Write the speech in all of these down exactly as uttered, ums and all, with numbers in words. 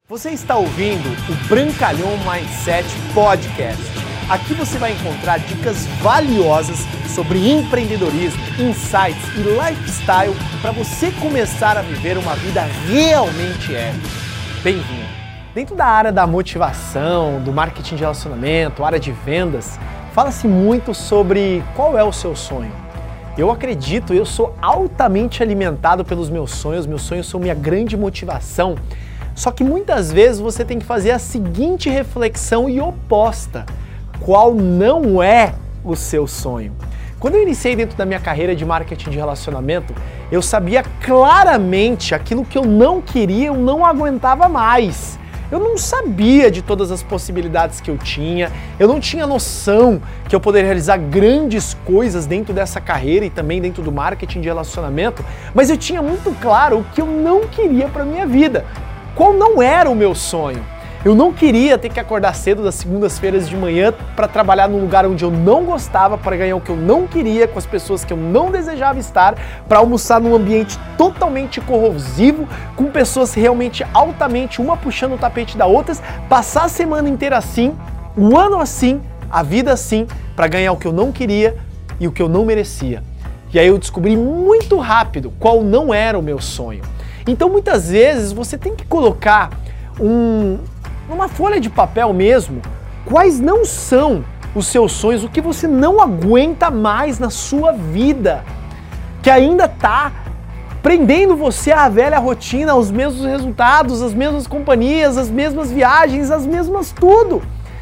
Você está ouvindo o Brancalhão Mindset Podcast. Aqui você vai encontrar dicas valiosas sobre empreendedorismo, insights e lifestyle para você começar a viver uma vida realmente épica. Bem-vindo! Dentro da área da motivação, do marketing de relacionamento, área de vendas, fala-se muito sobre qual é o seu sonho. Eu acredito, eu sou altamente alimentado pelos meus sonhos, meus sonhos são minha grande motivação. Só que muitas vezes você tem que fazer a seguinte reflexão e oposta: qual não é o seu sonho? Quando eu iniciei dentro da minha carreira de marketing de relacionamento, eu sabia claramente aquilo que eu não queria, eu não aguentava mais. Eu não sabia de todas as possibilidades que eu tinha, eu não tinha noção que eu poderia realizar grandes coisas dentro dessa carreira e também dentro do marketing de relacionamento, mas eu tinha muito claro o que eu não queria para minha vida. Qual não era o meu sonho? Eu não queria ter que acordar cedo das segundas-feiras de manhã para trabalhar num lugar onde eu não gostava, para ganhar o que eu não queria, com as pessoas que eu não desejava estar, para almoçar num ambiente totalmente corrosivo, com pessoas realmente altamente, uma puxando o tapete da outra, passar a semana inteira assim, o ano assim, a vida assim, para ganhar o que eu não queria e o que eu não merecia. E aí eu descobri muito rápido qual não era o meu sonho. Então muitas vezes você tem que colocar um, numa folha de papel mesmo quais não são os seus sonhos, o que você não aguenta mais na sua vida, que ainda está prendendo você à velha rotina, aos mesmos resultados, as mesmas companhias, as mesmas viagens, as mesmas tudo.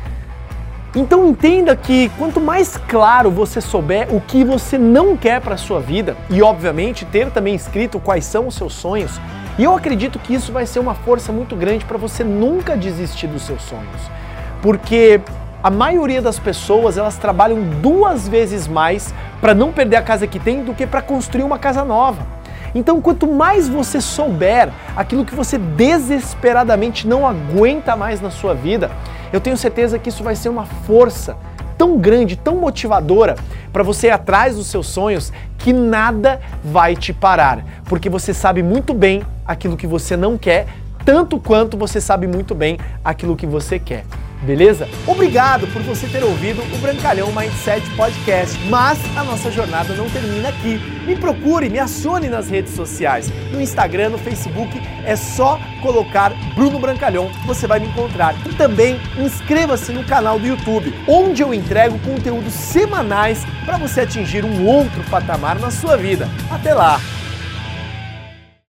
Então entenda que quanto mais claro você souber o que você não quer para a sua vida e obviamente ter também escrito quais são os seus sonhos, e eu acredito que isso vai ser uma força muito grande para você nunca desistir dos seus sonhos. Porque a maioria das pessoas, elas trabalham duas vezes mais para não perder a casa que tem do que para construir uma casa nova. Então, quanto mais você souber aquilo que você desesperadamente não aguenta mais na sua vida, eu tenho certeza que isso vai ser uma força tão grande, tão motivadora para você ir atrás dos seus sonhos que nada vai te parar, porque você sabe muito bem aquilo que você não quer, tanto quanto você sabe muito bem aquilo que você quer. Beleza? Obrigado por você ter ouvido o Brancalhão Mindset Podcast, mas a nossa jornada não termina aqui. Me procure, me acione nas redes sociais, no Instagram, no Facebook, é só colocar Bruno Brancalhão, você vai me encontrar. E também inscreva-se no canal do YouTube, onde eu entrego conteúdos semanais para você atingir um outro patamar na sua vida. Até lá!